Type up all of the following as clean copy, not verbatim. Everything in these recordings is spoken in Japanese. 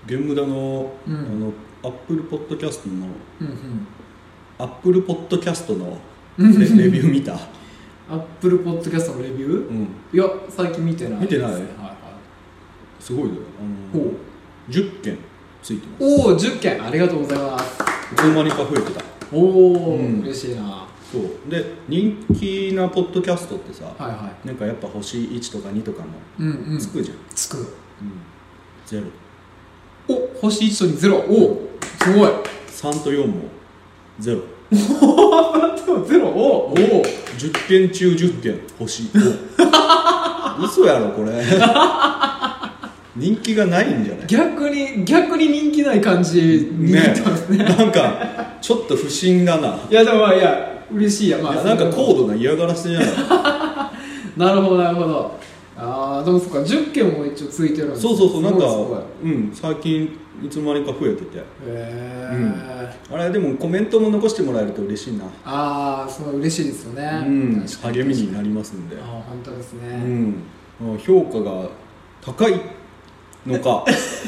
ゲームダの、アップルポッドキャストの、アップルポッドキャストのレビュー見た？ アップルポッドキャストのレビュー？いや最近見てない。 見てない？すごいね。10件ついてます。 おお、10件ありがとうございます。 いつの間にか増えてた。 おお、嬉しいな。 そうで人気なポッドキャストってさ、なんかやっぱ星1とか2とかもつくじゃん。 つく。 ゼロ。 お、星1と2ゼロ。お、すごい。 3と4もゼロ。 ゼロ。お 10件中10件星嘘やろこれ人気がないんじゃない？ 逆に人気ない感じになってますね。 なんかちょっと不審だな。 いやでもいや嬉しいや、まあ、 なんか高度な嫌がらせじゃないなるほどなるほど。ああでもそっか、10件も一応ついてるんです。 そうなんか最近いつの間にか増えてて、あれでもコメントも残してもらえると嬉しいな。 ああすごい嬉しいですよね。 励みになりますんで。 ああ本当ですね。 評価が高いのか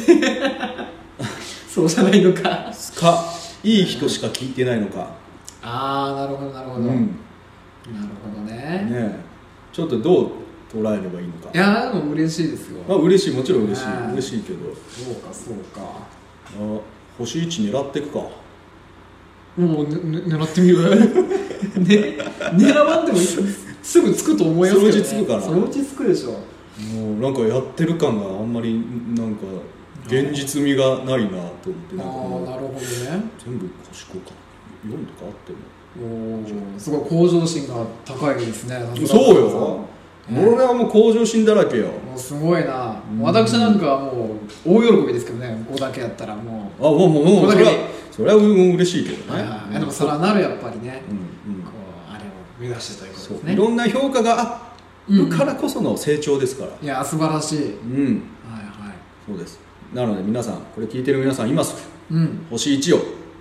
そうじゃないのかいい人しか聞いてないのか。 ああなるほどなるほど、なるほどね。 ちょっとどう捉えればいいのか。 いやでも嬉しいですよ。 嬉しい、もちろん嬉しいけど。 そうか星1狙っていくか。 もう、狙ってみる狙わんでもすぐつくと思いますけどね。 そのうちつくから。 そのうちつくでしょ。 もうなんかやってる感があんまりなんか現実味がないなと思って。 なるほどね。 全部星5か4とかあってもすごい向上心が高いですね。 そうよ、俺はもう向上心だらけよ。 もうすごいな。私なんかもう大喜びですけどね、5だけやったらもうもうそれは嬉しいけどね。 でもさらなるやっぱりね、あれを目指してということですね。 いろんな評価があるからこその成長ですから。 いや素晴らしい。 そうです。なので皆さん、これ聞いてる皆さん、今すぐ星1を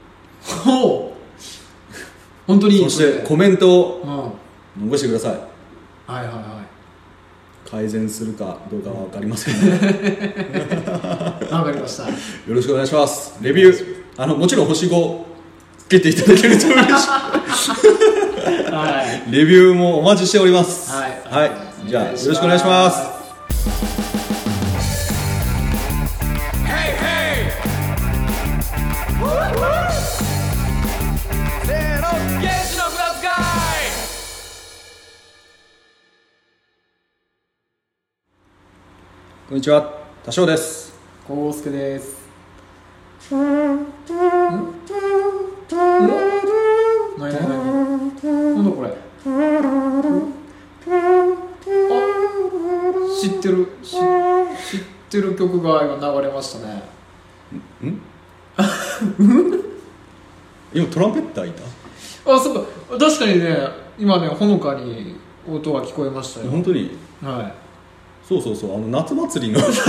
本当にいい。 そしてコメントを残してください。改善するかどうかは分かりませんね。 分かりました。よろしくお願いします。レビューもちろん星5つけていただけると嬉しい。レビューもお待ちしております。じゃあよろしくお願いします。こんにちは、多少です。 こうすけです。何なんだこれ。知ってる曲が今流れましたね。 今トランペッターいた？ そうか、確かにね、今ねほのかに音が聞こえましたよ。 本当に？そう夏祭りのちょっと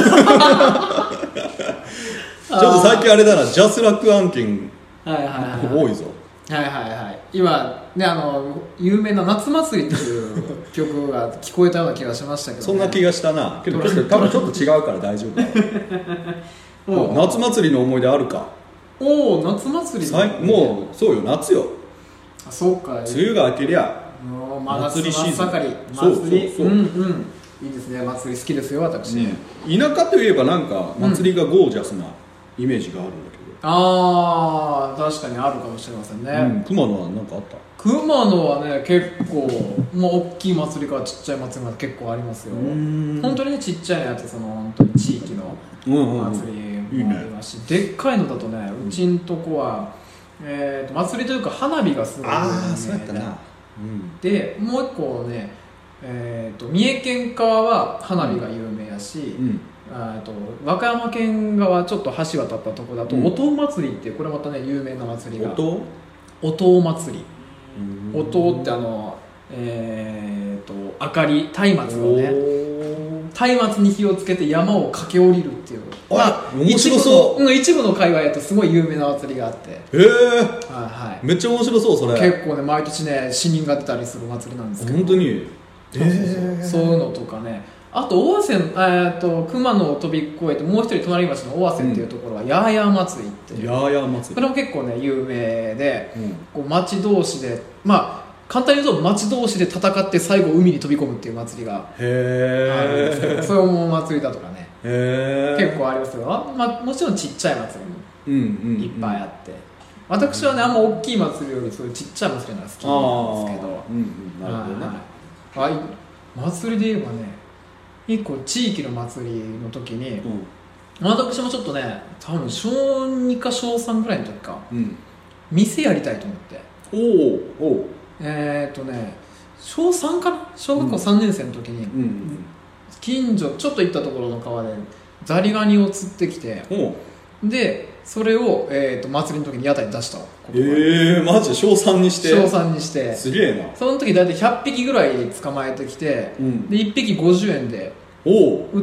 最近あれだな、ジャスラック案件多いぞ。 今ね有名な夏祭りっていう曲が聞こえたような気がしましたけど、ね、 そんな気がしたな。けど多分ちょっと違うから大丈夫だ夏祭りの思い出あるか？ 夏祭りもうそうよ、夏よ。 そうか、 梅雨が明けりゃ祭りシーズン。祭りいいですね。祭り好きですよ私。 田舎といえばなんか祭りがゴージャスなイメージがあるんだけど。 確かにあるかもしれませんね。 熊野は何かあった？ 熊野はね結構大きい祭りからちっちゃい祭りまで結構ありますよ。本当にねちっちゃいのやつ、本当に地域の祭りもありますし、でっかいのだとね、うちんとこは祭りというか花火がすごい有名で、もう一個ね三重県側は花火が有名やし、和歌山県側ちょっと橋渡ったとこだとおとう祭りっていう、これまたね有名な祭りが。おとう祭り。おとうって明かり、松明をね、松明に火をつけて山を駆け下りるっていう、 面白そう。 一部の海外だとすごい有名な祭りがあって、 めっちゃ面白そう。それ結構ね毎年ね死人が出たりする祭りなんですけど。 本当に？ そういうのとかね、 あと尾鷲、熊野を飛び越えてもう一人隣町の尾鷲っていうところはヤーヤー祭りっていう、 ヤーヤー祭り、 これも結構ね有名で、 うん、 こう町同士でまあ簡単に言うと町同士で戦って最後海に飛び込むっていう祭りがあるんですけど、そういうお祭りだとかね結構ありますよ、もちろんちっちゃい祭りもいっぱいあって、私はねあんま大きい祭りよりそういうちっちゃい祭りが好きなんですけど、 なるほどね、 はい、祭りで言えばね一個地域の祭りの時に、私もちょっとね多分小2か小3ぐらいの時か、店やりたいと思って、小3かな、小学校3年生の時に、近所ちょっと行ったところの川でザリガニを釣ってきて、でそれを、祭りの時に屋台に出したことがマジ小3にして小3にしてすげえな。 その時大体100匹ぐらい捕まえてきて、で1匹50円で売って、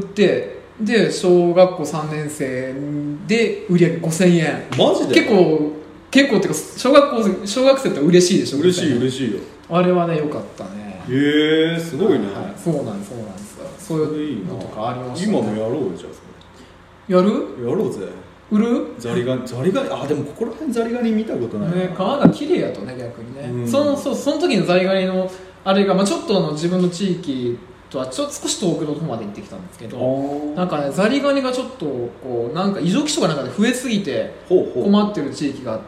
で小学校3年生で売り上げ5000円、 マジで結構っていうか小学生って嬉しいでしょ。 嬉しいよ、 あれはね良かったね。 すごいね、 そうなんですよ、そういうのとかありましたね。 今もやろうよ、じゃあそれやろうぜ。 売るザリガニ、でもここら辺ザリガニ見たことないね、川が綺麗やとね逆にね、その時のザリガニのあれが、ちょっと自分の地域とは少し遠くのとこまで行ってきたんですけど、なんかねザリガニがちょっとこうなんか異常気象がなんかで増えすぎて困ってる地域があって、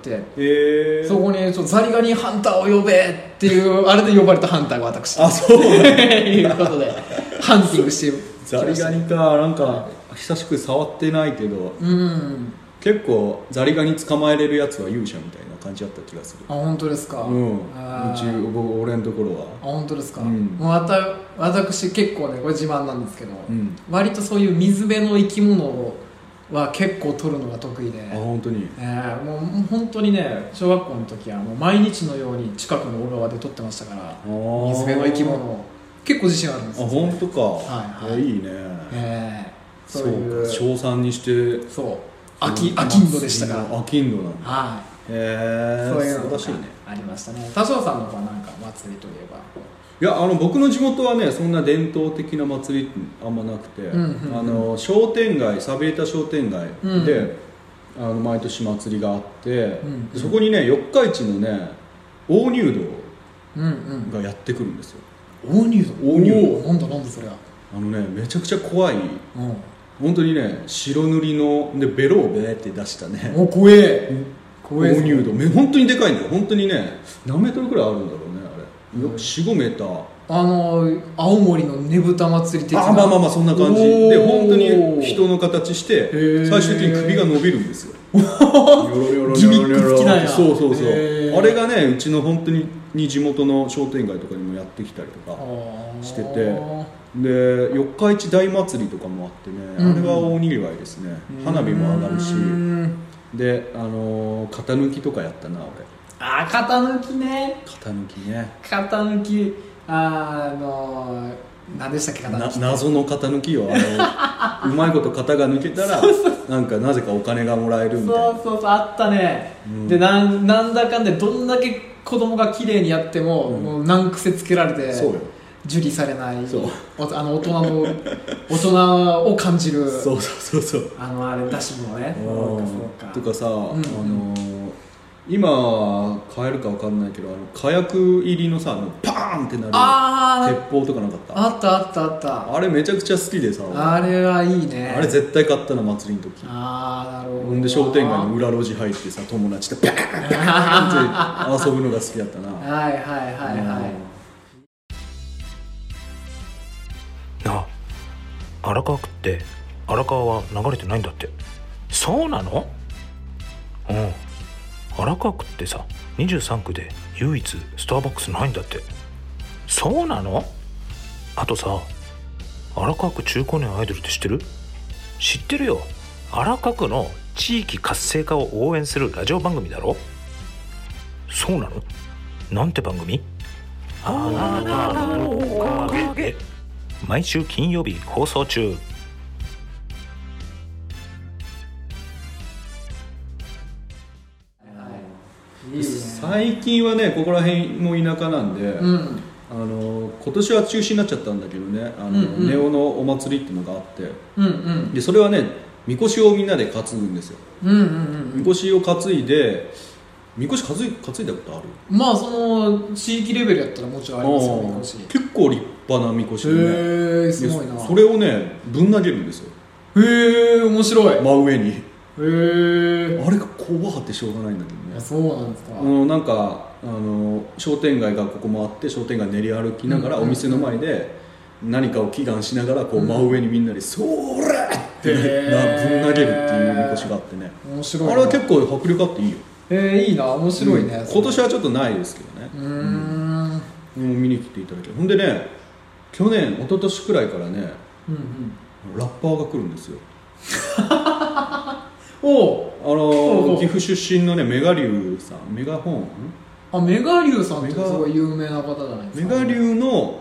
そこにちょっとザリガニハンターを呼べっていうあれで呼ばれたハンターが私そういうことでハンティングしてザリガニか、なんか久しくsavってないけど、結構ザリガニ捕まえれるやつは勇者みたいな感じだった気がする。 本当ですか。 俺のところは本当ですか。もう私結構ねこれ自慢なんですけど、割とそういう水辺の生き物は結構取るのが得意で、 本当に、 もう本当にね小学校の時はもう毎日のように近くの小川で取ってましたから、水辺の生き物を結構自信あるんですよ、 本当か、いいね、 そういう小3にしてそうアキンドでしたから。 アキンドなんだ。 そういうのが素晴らしいね。 ありましたね。多少さんの方は何か祭りといえば。 いや僕の地元はねそんな伝統的な祭りあんまなくて、商店街、寂れた商店街で、毎年祭りがあって、そこにね四日市のね大入道がやってくるんですよ。 大入道なんだそれは。 めちゃくちゃ怖い、本当にね白塗りのでベロをベーって出したね、 怖え大入道、本当にでかいんだよ。本当にね何メートルくらいあるんだろうね、あれ、45メーター。 青森のねぶた祭り的な。 まあそんな感じで、本当に人の形して最終的に首が伸びるんですよ。 ギミック好きなんや。 そうあれがねうちの本当に地元の商店街とかにもやってきたりとかしてて、で四日市大祭りとかもあってね、あれは大にぎわいですね。花火も上がるし、で型抜きとかやったな俺。 型抜きね。何でしたっけ、型抜き。 謎の型抜きよ。うまいこと型が抜けたらなぜかお金がもらえるみたいな。 そうあったね、でなんだかんでどんだけ子供が綺麗にやっても、もう難癖つけられて受理されない、大人を感じる。 そうあれ出し物ね。そうかとかさ、今買えるか分かんないけど火薬入りのさパーンってなる鉄砲とかなかった？ あった。 あれめちゃくちゃ好きでさ、 あれはいいね。 あれ絶対買ったな、祭りの時。 なるほど。 ほんで商店街の裏路地入ってさ友達とバーンって遊ぶのが好きだったな。 なあ、荒川区って荒川は流れてないんだって。そうなの？荒川区ってさ23区で唯一スターバックスないんだって。そうなの？あとさ、荒川区中高年アイドルって知ってる？知ってるよ。荒川区の地域活性化を応援するラジオ番組だろ。そうなの？なんて番組？あなたのおかげ。毎週金曜日放送中。 最近はねここら辺の田舎なんで、 今年は中止になっちゃったんだけどね、ネオのお祭りっていうのがあって、でそれはねみこしをみんなで担ぐんですよ。みこしを担いで、みこし担いだことある？ まあその地域レベルやったらもちろんありますよ、みこし。 結構立派なみこしでね、 へえ、すごいな。 それをねぶん投げるんですよ。 へえ、面白い。 真上に。へえ。 あれが怖ってしょうがないんだけどね。 そうなんですか。 なんか商店街がここもあって、商店街練り歩きながらお店の前で何かを祈願しながらこう真上にみんなでそーらってぶん投げるっていうみこしがあってね。 面白い。 あれは結構迫力あっていいよ。 いいな、面白いね。 今年はちょっとないですけどね。見に来ていただける。ほんでね、去年一昨年くらいからね、ラッパーが来るんですよ。岐阜出身のねメガリュウさん、メガホン、 メガリュウさんってすごい有名な方じゃないですか。 メガリュウの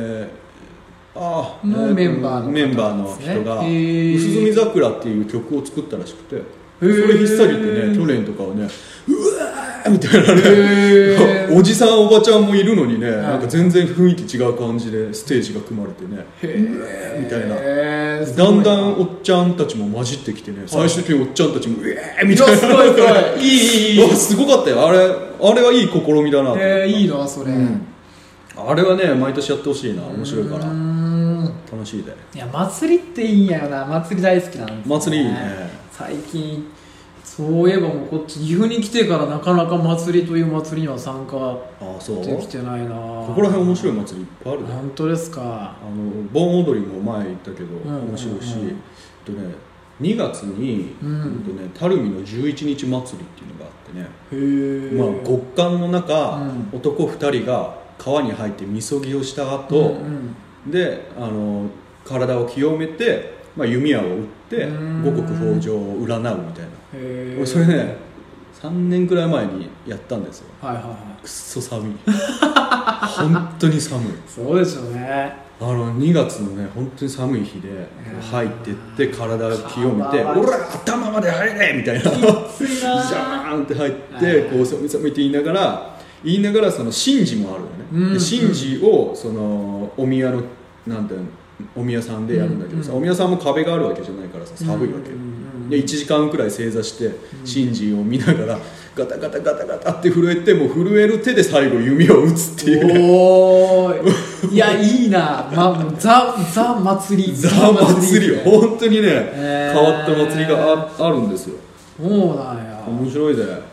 メンバーの人が「薄墨桜」っていう曲を作ったらしくて、それ引っ提げてね、去年とかはね、うわーみたいなね、おじさんおばちゃんもいるのにね、なんか全然雰囲気違う感じでステージが組まれてね、みたいな、だんだんおっちゃんたちも混じってきてね、最終的におっちゃんたちもみたいな、 すごいすごい、いいすごかったよ。あれはいい試みだなと。 いいなそれ。 あれはね毎年やってほしいな、面白いから。楽しいで。 いや、祭りっていいんやよな。祭り大好きなんですよね。 祭りいいね。 最近そういえばもうこっち岐阜に来てからなかなか祭りという祭りには参加できてないな。 ここら辺面白い祭りいっぱいあるね。 本当ですか。 盆踊りも前言ったけど面白いし、2月に垂水の11日祭りっていうのがあってね、まあ極寒の中、男2人が川に入ってみそぎをした後、で体を清めて、弓矢を撃って五穀豊穣を占うみたいな。それね3年くらい前にやったんですよ。くっそ寒い。本当に寒い。 そうですよね。 2月のね本当に寒い日で入ってって体を清めて、おら頭まで入れみたいな、ジャーンって入ってこう寒い寒いって言いながらその神事もあるよね。神事をそのお宮のなんていうの、お宮さんでやるんだけどさ、お宮さんも壁があるわけじゃないからさ、寒いわけで、1時間くらい正座して神事を見ながらガタガタガタガタって震えて、もう震える手で最後弓を打つっていう。 おーいや、いいな、ザ祭り、 ザ祭りよ。本当にね、変わった祭りがあるんですよ。 そうなんや。 面白いで。 いいな。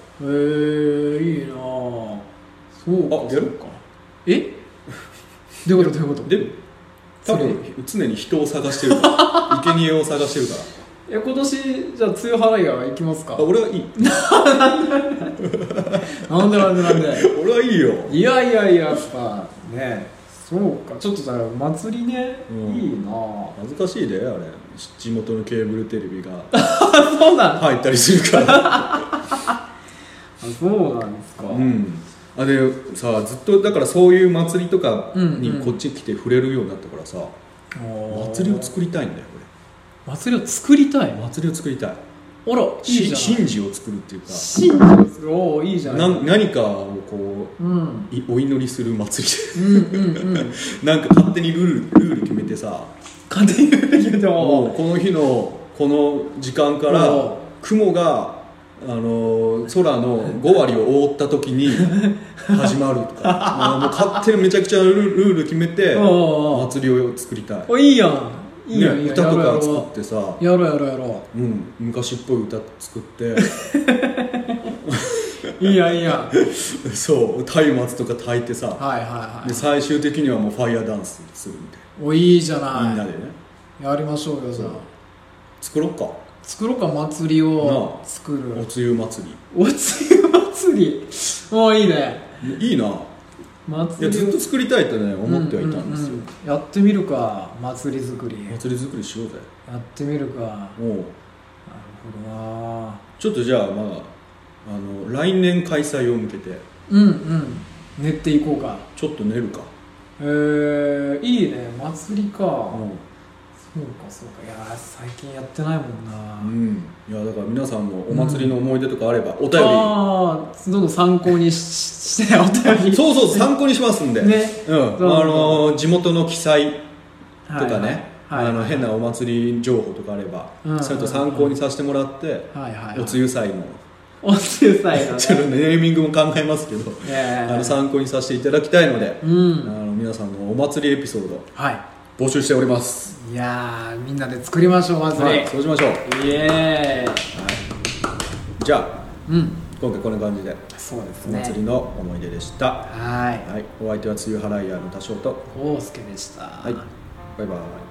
そうか。 やるか。 どういうことで多分常に人を探してるから生贄を探してるから。 今年じゃあ梅雨払いは行きますか？ 俺はいい。 なんで俺はいいよ。 いややっぱね。そうか、ちょっとさ祭りね、いいな。 恥ずかしいで、あれ地元のケーブルテレビがそうなん入ったりするからそうなんですか。 でさ、ずっとだからそういう祭りとかにこっち来て触れるようになったからさ、祭りを作りたいんだよ俺。祭りを作りたい。 祭りを作りたい。 あら、いいじゃない。 神事を作るっていうか、 神事を作る。おー、いいじゃない。 何かをこう、お祈りする祭りでなんか勝手にルール決めてさ、 勝手にルール決めてもこの日のこの時間から雲が空の5割を覆った時に始まるとかもう勝手にめちゃくちゃルール決めて祭りを作りたい。 いいやん、いいやん、 歌とか作ってさ、 やろう、 昔っぽい歌作っていいやんそう、松明とか炊いてさ、で最終的にはもうファイヤーダンスするみたいな。 いいじゃない。 みんなでねやりましょうよ。じゃあ作ろうか祭りを作る。 おつゆ祭り。 もういいね。 いいな。 祭りずっと作りたいとね思ってはいたんですよ。 やってみるか、祭り作りしようぜ。 やってみるか。なるほどな。 ちょっとじゃあ来年開催を向けて練っていこうか。 ちょっと練るか。 いいね、祭りか。 そうかいや最近やってないもんな。 いやだから皆さんもお祭りの思い出とかあればお便り、 どんどん参考にしてお便りそう参考にしますんで、 ね、 地元の記載とかね、変なお祭り情報とかあれば、それと参考にさせてもらって、おつゆ祭のちょっとネーミングも考えますけど、参考にさせていただきたいので、皆さんのお祭りエピソード、募集しております。 いやみんなで作りましょう。お祭り、 そうしましょう。 イエーイ、 じゃあ、今回こんな感じでそうですね、 お祭りの思い出でした。お相手はつゆ払い屋の多少と大輔でした。 バイバイ。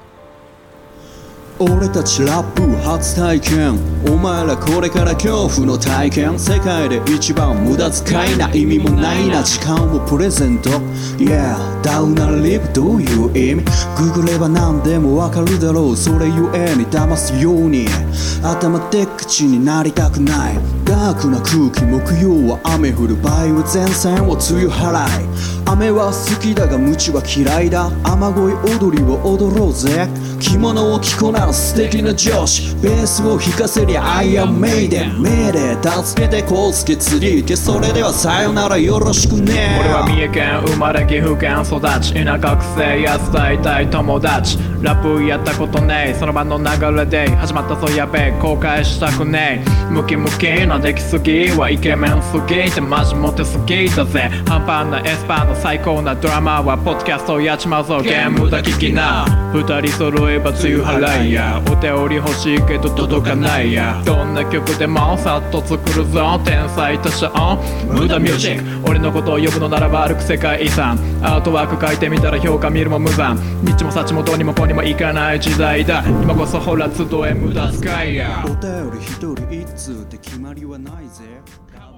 俺たちラップ初体験、お前らこれから恐怖の体験、世界で一番無駄遣いな意味もないな時間をプレゼント Yeah ダウナーリブどういう意味、ググれば何でもわかるだろう、それゆえに騙すように頭でっ口になりたくない、ダークな空気木曜は雨降る場合は前線を梅雨払い、雨は好きだがムチは嫌いだ、雨乞い踊りを踊ろうぜ、着物を着こなる素敵な上司、ベースを弾かせりゃアイアンメイデン、命令助けてコウスケ釣り行け、それではさよならよろしくね。 俺は三重県生まれ岐阜県育ち、田舎学生やつ大体友達、ラップやったことねえその場の流れで始まったぞやべえ後悔したくねえ、ムキムキな出来すぎはイケメンすぎてマジモテすぎだぜ、半端なエスパーの最高なドラマはポッドキャストやっちまうぞゲームだ聞きな、二人揃えば梅雨払いや、お便り欲しいけど届かないや、どんな曲でもさっと作るぞ天才多少無駄ミュージック、俺のことを呼ぶのならば歩く世界遺産、アートワーク書いてみたら評価見るも無残、ニッチもサッチもどうにもこうにもいかない時代だ、今こそほら集え無駄遣いや、 お便り一人一通って決まりはないぜ。